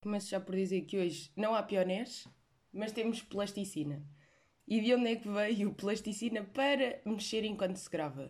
Começo já por dizer que hoje não há pioneiros, mas temos plasticina. E de onde é que veio plasticina para mexer enquanto se grava?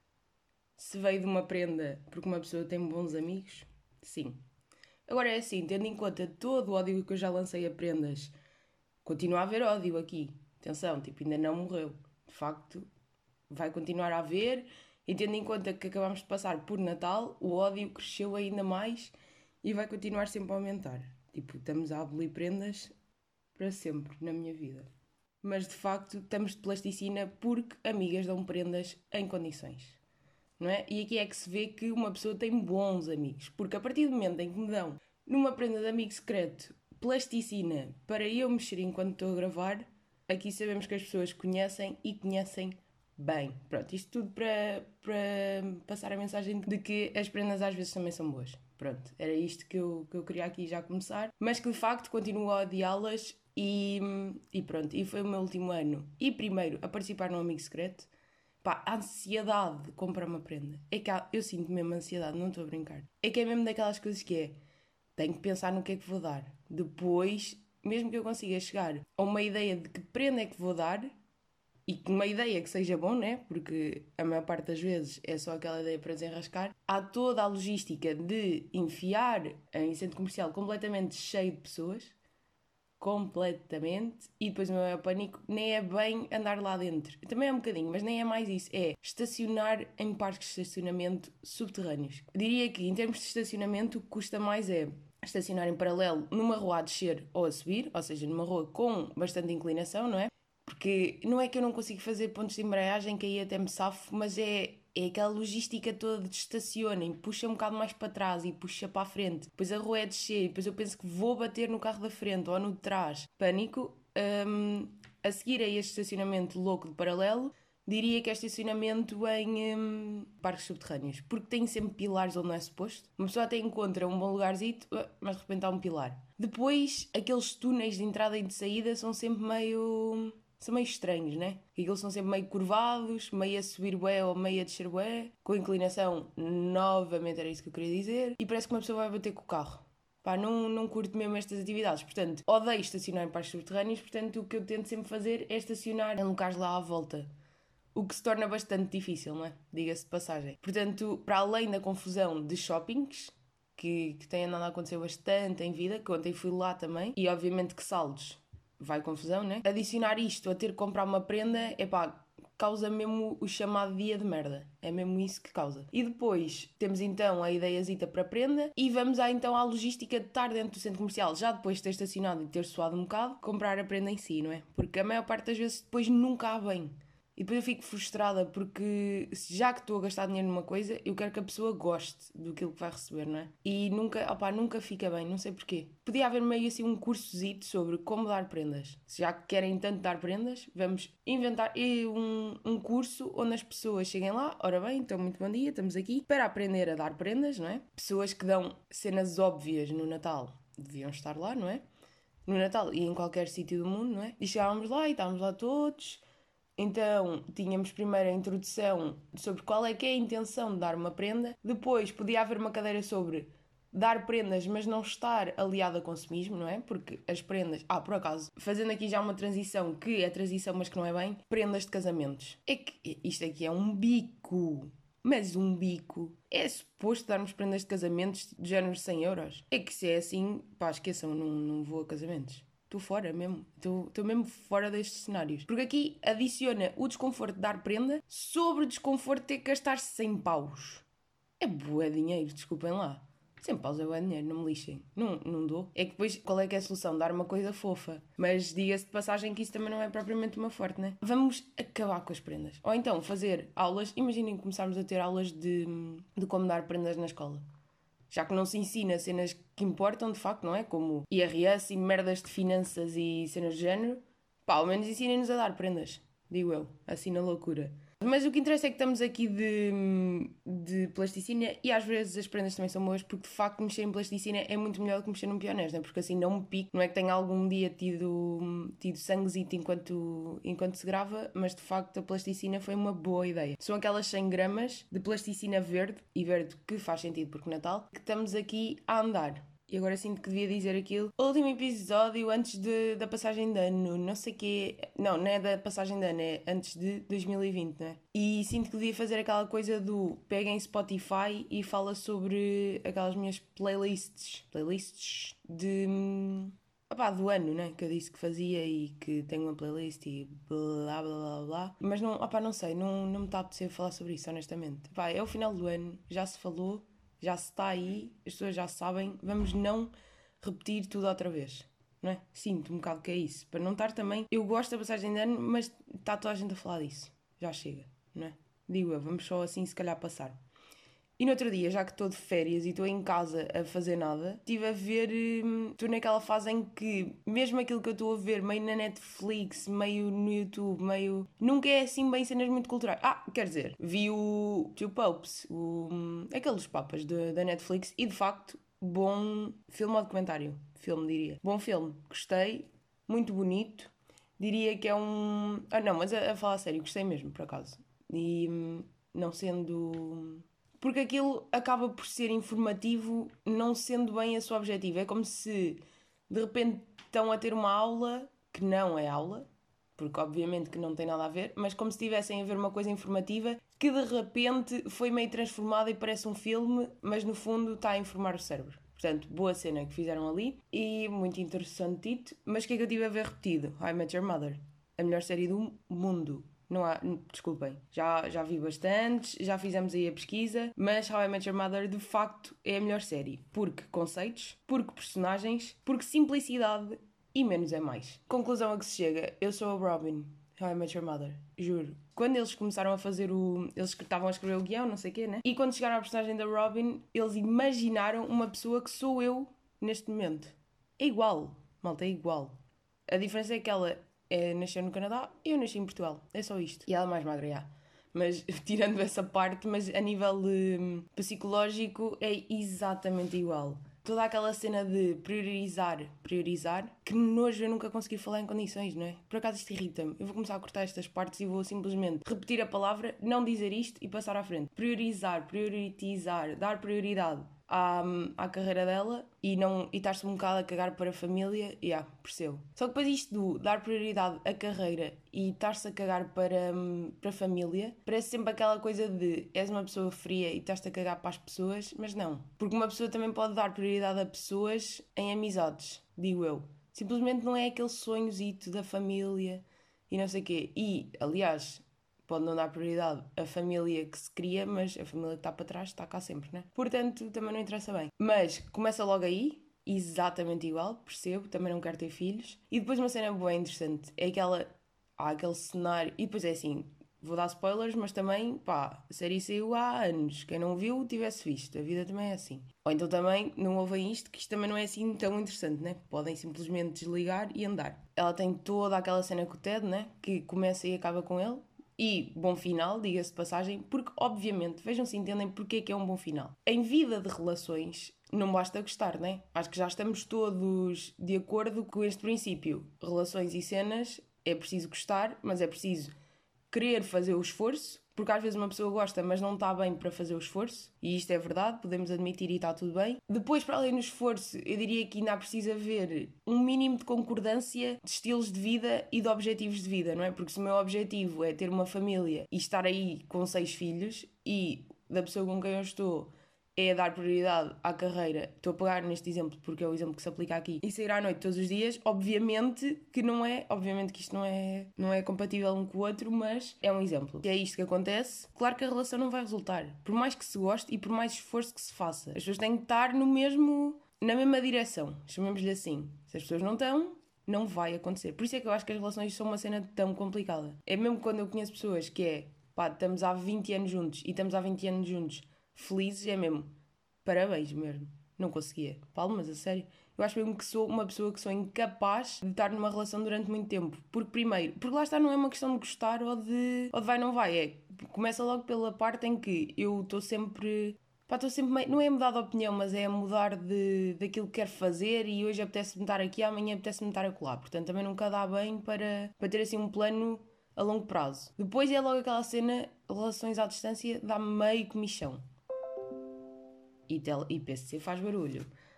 Se veio de uma prenda porque uma pessoa tem bons amigos? Sim. Agora é assim, tendo em conta todo o ódio que eu já lancei a prendas, continua a haver ódio aqui. Atenção, tipo, ainda não morreu. De facto, vai continuar a haver. E tendo em conta que acabamos de passar por Natal, o ódio cresceu ainda mais e vai continuar sempre a aumentar. Tipo, estamos a abolir prendas para sempre na minha vida. Mas de facto estamos de plasticina porque amigas dão prendas em condições. Não é? E aqui é que se vê que uma pessoa tem bons amigos. Porque a partir do momento em que me dão numa prenda de amigo secreto plasticina para eu mexer enquanto estou a gravar, aqui sabemos que as pessoas conhecem e conhecem bem. Pronto, isto tudo para passar a mensagem de que as prendas às vezes também são boas. Pronto, era isto que eu queria aqui já começar. Mas que de facto continuo a odiá-las e pronto. E foi o meu último ano e primeiro a participar num amigo secreto. Pá, a ansiedade de comprar uma prenda. É que eu sinto mesmo ansiedade, não estou a brincar. É que é mesmo daquelas coisas que é, tenho que pensar no que é que vou dar. Depois, mesmo que eu consiga chegar a uma ideia de que prenda é que vou dar, e que uma ideia que seja bom, né? Porque a maior parte das vezes é só aquela ideia para desenrascar. Há toda a logística de enfiar em centro comercial completamente cheio de pessoas, completamente, e depois o meu maior pânico nem é bem andar lá dentro. Também é um bocadinho, mas nem é mais isso. É estacionar em parques de estacionamento subterrâneos. Eu diria que em termos de estacionamento o que custa mais é estacionar em paralelo numa rua a descer ou a subir, ou seja, numa rua com bastante inclinação, não é? Porque não é que eu não consigo fazer pontos de embreagem, que aí até me safo, mas é aquela logística toda de estacionem, puxa um bocado mais para trás e puxa para a frente. Depois a rua é descer, depois eu penso que vou bater no carro da frente ou no de trás. Pânico. A seguir a este estacionamento louco de paralelo, diria que é estacionamento em parques subterrâneos, porque tem sempre pilares onde não é suposto. Uma pessoa até encontra um bom lugarzito, mas de repente há um pilar. Depois, aqueles túneis de entrada e de saída são meio estranhos, né? Aqueles são sempre meio curvados, meio a subir bué ou meio a descer bué, com inclinação, novamente era isso que eu queria dizer, e parece que uma pessoa vai bater com o carro. Pá, não curto mesmo estas atividades, portanto, odeio estacionar em parques subterrâneos, portanto, o que eu tento sempre fazer é estacionar em locais lá à volta. O que se torna bastante difícil, não é? Diga-se de passagem. Portanto, para além da confusão de shoppings, que tem andado a acontecer bastante em vida, que ontem fui lá também, e obviamente que saldos vai confusão, né? Adicionar isto a ter que comprar uma prenda, é pá, causa mesmo o chamado dia de merda. É mesmo isso que causa. E depois temos então a ideiazita para a prenda e vamos então à logística de estar dentro do centro comercial, já depois de ter estacionado e ter suado um bocado, comprar a prenda em si, não é? Porque a maior parte das vezes depois nunca há bem. E depois eu fico frustrada porque já que estou a gastar dinheiro numa coisa, eu quero que a pessoa goste do que vai receber, não é? E nunca fica bem, não sei porquê. Podia haver meio assim um cursozito sobre como dar prendas. Se já que querem tanto dar prendas, vamos inventar um curso onde as pessoas cheguem lá, ora bem, então muito bom dia, estamos aqui para aprender a dar prendas, não é? Pessoas que dão cenas óbvias no Natal deviam estar lá, não é? No Natal e em qualquer sítio do mundo, não é? E chegávamos lá e estávamos lá todos. Então, tínhamos primeiro a introdução sobre qual é que é a intenção de dar uma prenda. Depois, podia haver uma cadeira sobre dar prendas, mas não estar aliado a consumismo, não é? Porque as prendas... por acaso, fazendo aqui já uma transição, que é transição, mas que não é bem. Prendas de casamentos. É que isto aqui é um bico. Mas um bico. É suposto darmos prendas de casamentos de género 100 euros? É que se é assim, pá, esqueçam, não vou a casamentos. Estou fora mesmo. Estou mesmo fora destes cenários. Porque aqui adiciona o desconforto de dar prenda sobre o desconforto de ter que gastar 100 paus. É bué dinheiro, desculpem lá. 100 paus é bué dinheiro, não me lixem. Não dou. É que depois, qual é que é a solução? Dar uma coisa fofa. Mas diga-se de passagem que isso também não é propriamente uma forte, né? Vamos acabar com as prendas. Ou então fazer aulas. Imaginem começarmos a ter aulas de como dar prendas na escola. Já que não se ensina cenas que importam de facto, não é? Como IRS e merdas de finanças e cenas de género, pá, ao menos ensinem-nos a dar prendas, digo eu, assim na loucura. Mas o que interessa é que estamos aqui de plasticina e às vezes as prendas também são boas porque de facto mexer em plasticina é muito melhor do que mexer num pionés, né? Porque assim não me pico, não é que tenha algum dia tido sanguezito enquanto se grava, mas de facto a plasticina foi uma boa ideia. São aquelas 100 gramas de plasticina verde, e verde que faz sentido porque Natal, que estamos aqui a andar. E agora sinto que devia dizer aquilo. O último episódio antes da passagem de ano, não sei o quê. Não é da passagem de ano, é antes de 2020, não é? E sinto que devia fazer aquela coisa do peguem Spotify e fala sobre aquelas minhas playlists de... do ano, né? Que eu disse que fazia e que tenho uma playlist e blá blá blá blá. Mas não, não sei, não me está a apetecer falar sobre isso, honestamente. É o final do ano, já se falou, já se está aí, as pessoas já sabem, vamos não repetir tudo outra vez, não é? Sinto um bocado que é isso, para não estar também... Eu gosto da passagem de ano, mas está toda a gente a falar disso, já chega, não é? Digo eu, vamos só assim se calhar passar. E no outro dia, já que estou de férias e estou em casa a fazer nada, estive a ver... Estou naquela fase em que, mesmo aquilo que eu estou a ver, meio na Netflix, meio no YouTube, meio... Nunca é assim bem cenas muito culturais. Quer dizer, vi o Two Popes, aqueles papas da Netflix, e de facto, bom filme ou documentário. Filme, diria. Bom filme. Gostei. Muito bonito. Diria que é um... não, mas a falar a sério, gostei mesmo, por acaso. E não sendo... Porque aquilo acaba por ser informativo, não sendo bem a sua objetivo. É como se de repente estão a ter uma aula que não é aula, porque obviamente que não tem nada a ver, mas como se estivessem a ver uma coisa informativa que de repente foi meio transformada e parece um filme, mas no fundo está a informar o cérebro. Portanto, boa cena que fizeram ali e muito interessante. Mas o que é que eu tive a ver repetido? How I Met Your Mother. A melhor série do mundo. Não há, desculpem, já vi bastantes, já fizemos aí a pesquisa, mas How I Met Your Mother de facto é a melhor série. Porque conceitos, porque personagens, porque simplicidade e menos é mais. Conclusão a que se chega, eu sou a Robin, How I Met Your Mother, juro. Quando eles começaram a fazer eles estavam a escrever o guião, não sei o quê, né? E quando chegaram à personagem da Robin, eles imaginaram uma pessoa que sou eu neste momento. É igual, malta, é igual. A diferença é que ela nasceu no Canadá e eu nasci em Portugal. É só isto. E ela é mais magra, já. Mas tirando essa parte, mas a nível psicológico é exatamente igual. Toda aquela cena de priorizar, que nojo eu nunca consegui falar em condições, não é? Por acaso isto irrita-me. Eu vou começar a cortar estas partes e vou simplesmente repetir a palavra, não dizer isto e passar à frente. Priorizar, prioritizar, dar prioridade à carreira dela e estar-se um bocado a cagar para a família, percebo. Só que depois isto do dar prioridade à carreira e estar-se a cagar para a família, parece sempre aquela coisa de és uma pessoa fria e estás-te a cagar para as pessoas, mas não. Porque uma pessoa também pode dar prioridade a pessoas em amizades, digo eu. Simplesmente não é aquele sonhozito da família e não sei o quê. E, aliás, pode não dar prioridade à família que se cria, mas a família que está para trás está cá sempre, né? Portanto, também não interessa bem. Mas começa logo aí, exatamente igual, percebo, também não quero ter filhos. E depois uma cena boa interessante é aquele cenário, e depois é assim, vou dar spoilers, mas também, a série saiu há anos. Quem não viu, tivesse visto. A vida também é assim. Ou então também não ouvem isto, que isto também não é assim tão interessante, né? Podem simplesmente desligar e andar. Ela tem toda aquela cena com o Ted, né? Que começa e acaba com ele. E bom final, diga-se de passagem, porque obviamente, vejam se entendem porque é que é um bom final. Em vida de relações, não basta gostar, né? Acho que já estamos todos de acordo com este princípio. Relações e cenas, é preciso gostar, mas é preciso querer fazer o esforço, porque às vezes uma pessoa gosta, mas não está bem para fazer o esforço, e isto é verdade, podemos admitir e está tudo bem. Depois, para além do esforço, eu diria que ainda precisa haver um mínimo de concordância de estilos de vida e de objetivos de vida, não é? Porque se o meu objetivo é ter uma família e estar aí com 6 filhos, e da pessoa com quem eu estou é dar prioridade à carreira, estou a pegar neste exemplo porque é o exemplo que se aplica aqui, e sair à noite todos os dias, obviamente que isto não é compatível um com o outro, mas é um exemplo. Se é isto que acontece, claro que a relação não vai resultar, por mais que se goste e por mais esforço que se faça. As pessoas têm que estar na mesma direção, chamemos-lhe assim. Se as pessoas não estão, não vai acontecer. Por isso é que eu acho que as relações são uma cena tão complicada. É mesmo quando eu conheço pessoas que estamos há 20 anos juntos e estamos há 20 anos juntos felizes, é mesmo, parabéns mesmo, não conseguia, palmas, a sério. Eu acho mesmo que sou uma pessoa que sou incapaz de estar numa relação durante muito tempo, porque lá está, não é uma questão de gostar ou de vai não vai, começa logo pela parte em que eu estou sempre meio, não é mudar de opinião, mas é mudar daquilo que quero fazer, e hoje apetece-me estar aqui, amanhã apetece-me estar acolá, portanto também nunca dá bem para ter assim um plano a longo prazo. Depois é logo aquela cena, relações à distância dá meio comichão. E PSC faz barulho.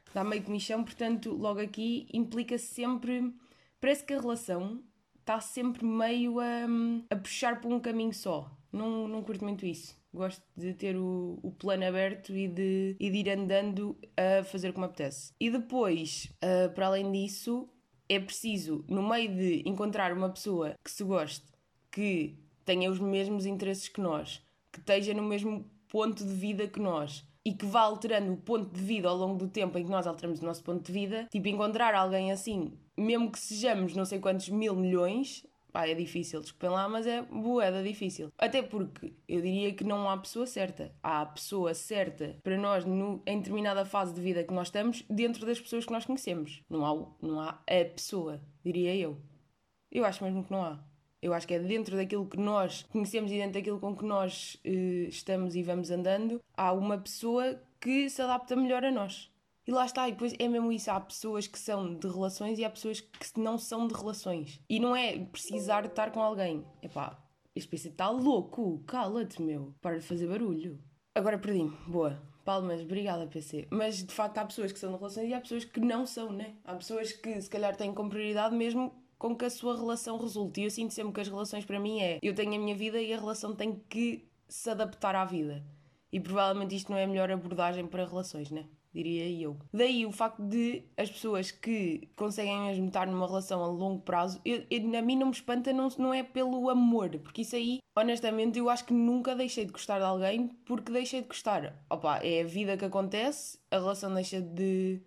dá meio comichão, portanto, logo aqui implica sempre... Parece que a relação está sempre meio a puxar para um caminho só. Não curto muito isso. Gosto de ter o plano aberto e de ir andando a fazer como apetece. E depois, para além disso, é preciso, no meio de encontrar uma pessoa que se goste, que tenha os mesmos interesses que nós, que esteja no mesmo ponto de vida que nós e que vá alterando o ponto de vida ao longo do tempo em que nós alteramos o nosso ponto de vida, tipo, encontrar alguém assim, mesmo que sejamos não sei quantos mil milhões, pá, é difícil, desculpem lá, mas é bué difícil. Até porque eu diria que não há pessoa certa. Há a pessoa certa para nós em determinada fase de vida que nós estamos dentro das pessoas que nós conhecemos. Não há a pessoa, diria eu. Eu acho mesmo que não há. Eu acho que é dentro daquilo que nós conhecemos e dentro daquilo com que nós estamos e vamos andando, há uma pessoa que se adapta melhor a nós. E lá está, e depois é mesmo isso, há pessoas que são de relações e há pessoas que não são de relações. E não é precisar de estar com alguém. Epá, este PC está louco, cala-te, meu, para de fazer barulho. Agora perdi-me, boa. Palmas, obrigada, PC. Mas de facto há pessoas que são de relações e há pessoas que não são, né? Há pessoas que se calhar têm como prioridade mesmo com que a sua relação resulte. E eu sinto sempre que as relações para mim eu tenho a minha vida e a relação tem que se adaptar à vida. E provavelmente isto não é a melhor abordagem para relações, né? Diria eu. Daí o facto de as pessoas que conseguem mesmo estar numa relação a longo prazo, a mim não me espanta, não é pelo amor, porque isso aí, honestamente, eu acho que nunca deixei de gostar de alguém porque deixei de gostar. Opa, é a vida que acontece, a relação deixa de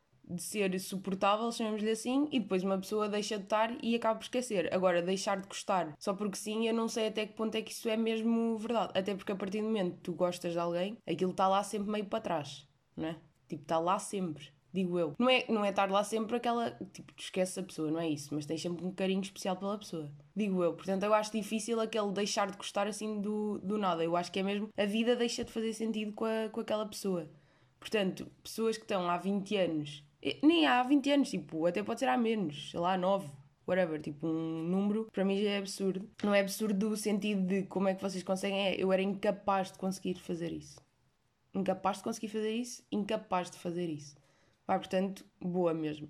ser suportável, chamemos-lhe assim, e depois uma pessoa deixa de estar e acaba por esquecer. Agora, deixar de gostar só porque sim, eu não sei até que ponto é que isso é mesmo verdade. Até porque a partir do momento que tu gostas de alguém, aquilo está lá sempre meio para trás, não é? Tipo, está lá sempre, digo eu. Não é estar lá sempre aquela... Tipo, tu esqueces a pessoa, não é isso? Mas tens sempre um carinho especial pela pessoa. Digo eu. Portanto, eu acho difícil aquele deixar de gostar assim do nada. Eu acho que é mesmo... A vida deixa de fazer sentido com aquela pessoa. Portanto, pessoas que estão há 20 anos... Nem há 20 anos, tipo, até pode ser há menos. Sei lá, 9 whatever, tipo um número, para mim já é absurdo. Não é absurdo no sentido de como é que vocês conseguem, eu era incapaz de conseguir fazer isso. Incapaz de conseguir fazer isso, incapaz de fazer isso. Vai, portanto, boa mesmo.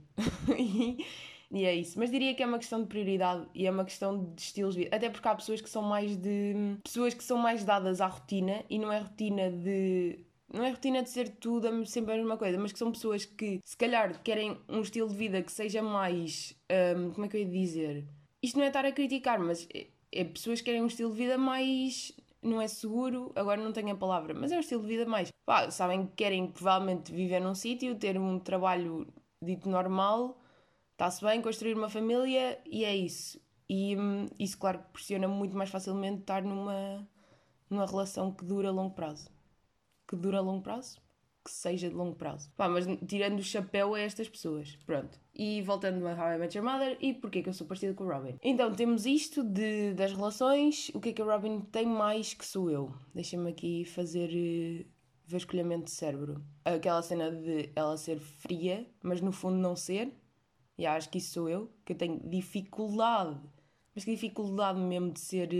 E é isso. Mas diria que é uma questão de prioridade e é uma questão de estilos de vida. Até porque há pessoas que são mais de... Pessoas que são mais dadas à rotina e não é rotina de... Não é rotina de ser tudo sempre a mesma coisa, mas que são pessoas que, se calhar, querem um estilo de vida que seja mais... como é que eu ia dizer? Isto não é estar a criticar, mas é pessoas que querem um estilo de vida mais... Não é seguro, agora não tenho a palavra, mas é um estilo de vida mais... Pá, sabem que querem provavelmente viver num sítio, ter um trabalho dito normal, está-se bem, construir uma família e é isso. E isso, claro, que pressiona muito mais facilmente estar numa relação que dura a longo prazo. Que dura a longo prazo? Que seja de longo prazo. Pá, mas tirando o chapéu a estas pessoas. Pronto. E voltando a How I Met Your Mother, e porquê que eu sou parecida com o Robin? Então, temos isto das relações. O que é que a Robin tem mais que sou eu? Deixa-me aqui fazer vasculhamento de cérebro. Aquela cena de ela ser fria, mas no fundo não ser. E acho que isso sou eu. Que eu tenho dificuldade. Mas que dificuldade mesmo de ser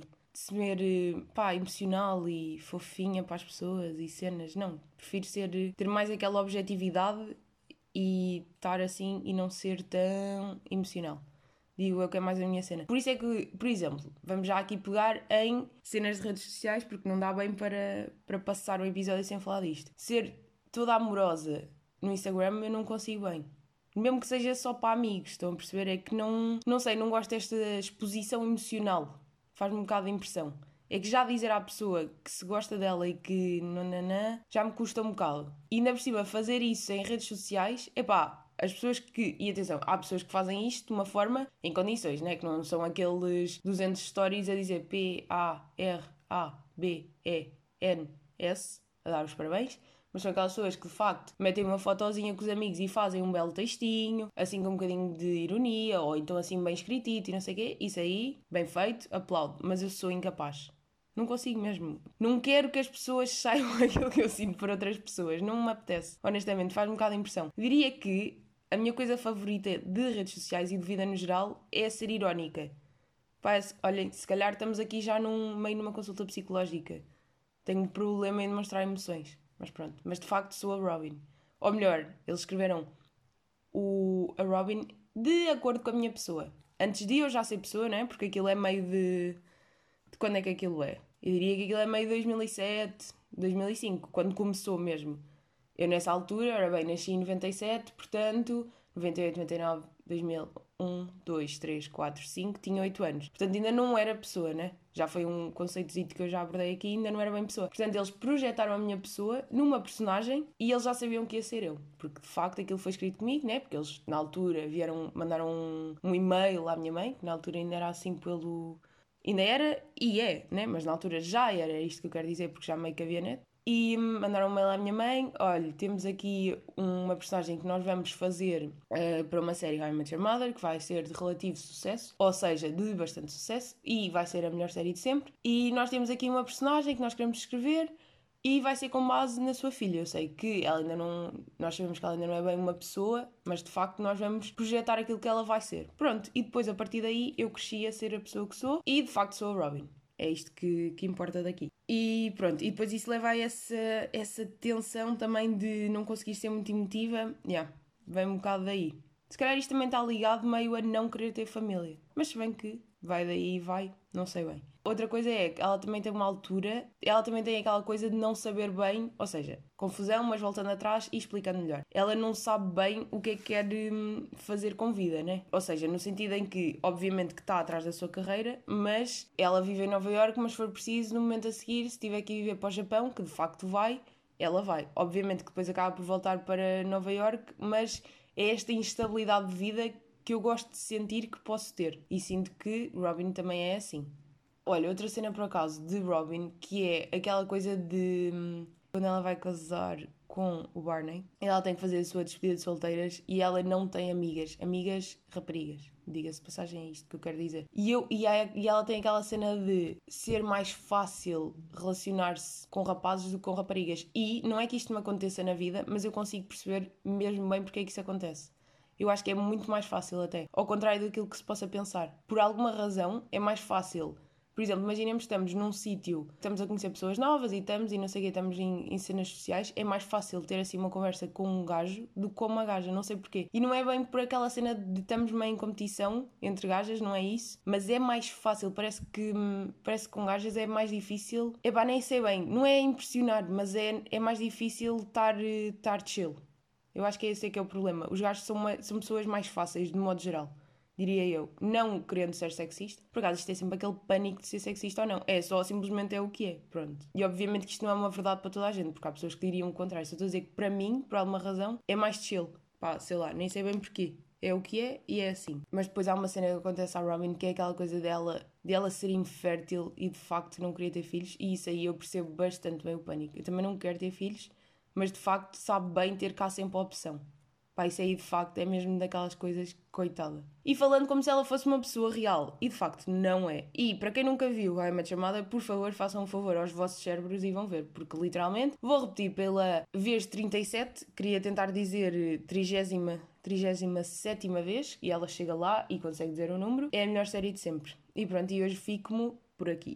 pá, emocional e fofinha para as pessoas e cenas. Não, prefiro ter mais aquela objetividade e estar assim e não ser tão emocional. Digo eu que é mais a minha cena. Por isso é que, por exemplo, vamos já aqui pegar em cenas de redes sociais, porque não dá bem para passar o episódio sem falar disto. Ser toda amorosa no Instagram eu não consigo bem. Mesmo que seja só para amigos, estão a perceber? É que não sei, não gosto desta exposição emocional. Faz-me um bocado de impressão. É que já dizer à pessoa que se gosta dela e que nananã, já me custa um bocado. E ainda por cima, fazer isso em redes sociais, epá, as pessoas que... E atenção, há pessoas que fazem isto de uma forma em condições, né? Que não são aqueles 200 stories a dizer P-A-R-A-B-E-N-S a dar os parabéns. Mas são aquelas pessoas que de facto metem uma fotozinha com os amigos e fazem um belo textinho, assim com um bocadinho de ironia, ou então assim bem escritito e não sei o quê. Isso aí, bem feito, aplaudo. Mas eu sou incapaz. Não consigo mesmo. Não quero que as pessoas saibam aquilo que eu sinto por outras pessoas. Não me apetece. Honestamente, faz um bocado de impressão. Diria que a minha coisa favorita de redes sociais e de vida no geral é ser irónica. Parece, olhem, se calhar estamos aqui já meio numa consulta psicológica. Tenho um problema em demonstrar emoções. Mas pronto, mas de facto sou a Robin. Ou melhor, eles escreveram a Robin de acordo com a minha pessoa. Antes de eu já ser pessoa, né? Porque aquilo é meio de quando é que aquilo é? Eu diria que aquilo é meio 2007, 2005, quando começou mesmo. Eu nessa altura, ora bem, nasci em 97, portanto, 98, 99, 2000, 1, 2, 3, 4, 5, tinha 8 anos. Portanto, ainda não era pessoa, né? Já foi um conceitozito que eu já abordei aqui, ainda não era bem pessoa. Portanto, eles projetaram a minha pessoa numa personagem e eles já sabiam que ia ser eu. Porque, de facto, aquilo foi escrito comigo, né? Porque eles, na altura, mandaram um e-mail à minha mãe, que na altura ainda era assim pelo... Ainda era e é, né? Mas na altura já era isto que eu quero dizer, porque já meio que havia net. E mandaram um mail à minha mãe: olha, temos aqui uma personagem que nós vamos fazer para uma série How I Met Your Mother, que vai ser de relativo sucesso, ou seja, de bastante sucesso, e vai ser a melhor série de sempre. E nós temos aqui uma personagem que nós queremos escrever e vai ser com base na sua filha. Eu sei que ela ainda não... Nós sabemos que ela ainda não é bem uma pessoa, mas de facto nós vamos projetar aquilo que ela vai ser. Pronto, e depois a partir daí eu cresci a ser a pessoa que sou e de facto sou a Robin. É isto que importa daqui. E pronto, e depois isso leva a essa tensão também de não conseguir ser muito emotiva. Vem um bocado daí. Se calhar isto também está ligado meio a não querer ter família. Mas se bem que vai daí e vai, não sei bem. Outra coisa é que ela também tem uma altura, ela também tem aquela coisa de não saber bem, ou seja, confusão, mas voltando atrás e explicando melhor. Ela não sabe bem o que é que quer fazer com vida, né? Ou seja, no sentido em que, obviamente que está atrás da sua carreira, mas ela vive em Nova Iorque, mas se for preciso, no momento a seguir, se tiver que ir viver para o Japão, que de facto vai, ela vai. Obviamente que depois acaba por voltar para Nova Iorque, mas é esta instabilidade de vida que eu gosto de sentir que posso ter. E sinto que Robin também é assim. Olha, outra cena por acaso de Robin, que é aquela coisa de quando ela vai casar com o Barney, ela tem que fazer a sua despedida de solteiras e ela não tem amigas raparigas. Diga-se de passagem, é isto que eu quero dizer. E ela tem aquela cena de ser mais fácil relacionar-se com rapazes do que com raparigas. E não é que isto me aconteça na vida, mas eu consigo perceber mesmo bem porque é que isso acontece. Eu acho que é muito mais fácil até. Ao contrário daquilo que se possa pensar. Por alguma razão, é mais fácil. Por exemplo, imaginemos que estamos num sítio, estamos a conhecer pessoas novas e não sei o quê, estamos em cenas sociais, é mais fácil ter assim uma conversa com um gajo do que com uma gaja, não sei porquê. E não é bem por aquela cena de estamos meio em competição entre gajas, não é isso, mas é mais fácil, parece que com gajas é mais difícil, nem sei bem, não é impressionar, mas é mais difícil estar chill. Eu acho que esse é que é o problema. Os gajos são pessoas mais fáceis, de modo geral. Diria eu, não querendo ser sexista. Por acaso isto é sempre aquele pânico de ser sexista ou não. É só, simplesmente é o que é, pronto. E obviamente que isto não é uma verdade para toda a gente, porque há pessoas que diriam o contrário. Só estou a dizer que para mim, por alguma razão, é mais chill. Pá, sei lá, nem sei bem porquê. É o que é e é assim. Mas depois há uma cena que acontece à Robin, que é aquela coisa de ela ser infértil e de facto não querer ter filhos. E isso aí eu percebo bastante bem o pânico. Eu também não quero ter filhos, mas de facto sabe bem ter cá sempre a opção. Pá, isso aí de facto é mesmo daquelas coisas, coitada. E falando como se ela fosse uma pessoa real. E de facto não é. E para quem nunca viu How I Met Your Mother, por favor façam um favor aos vossos cérebros e vão ver. Porque literalmente, vou repetir pela vez 37, queria tentar dizer 37ª vez, e ela chega lá e consegue dizer o número. É a melhor série de sempre. E pronto, e hoje fico-me por aqui.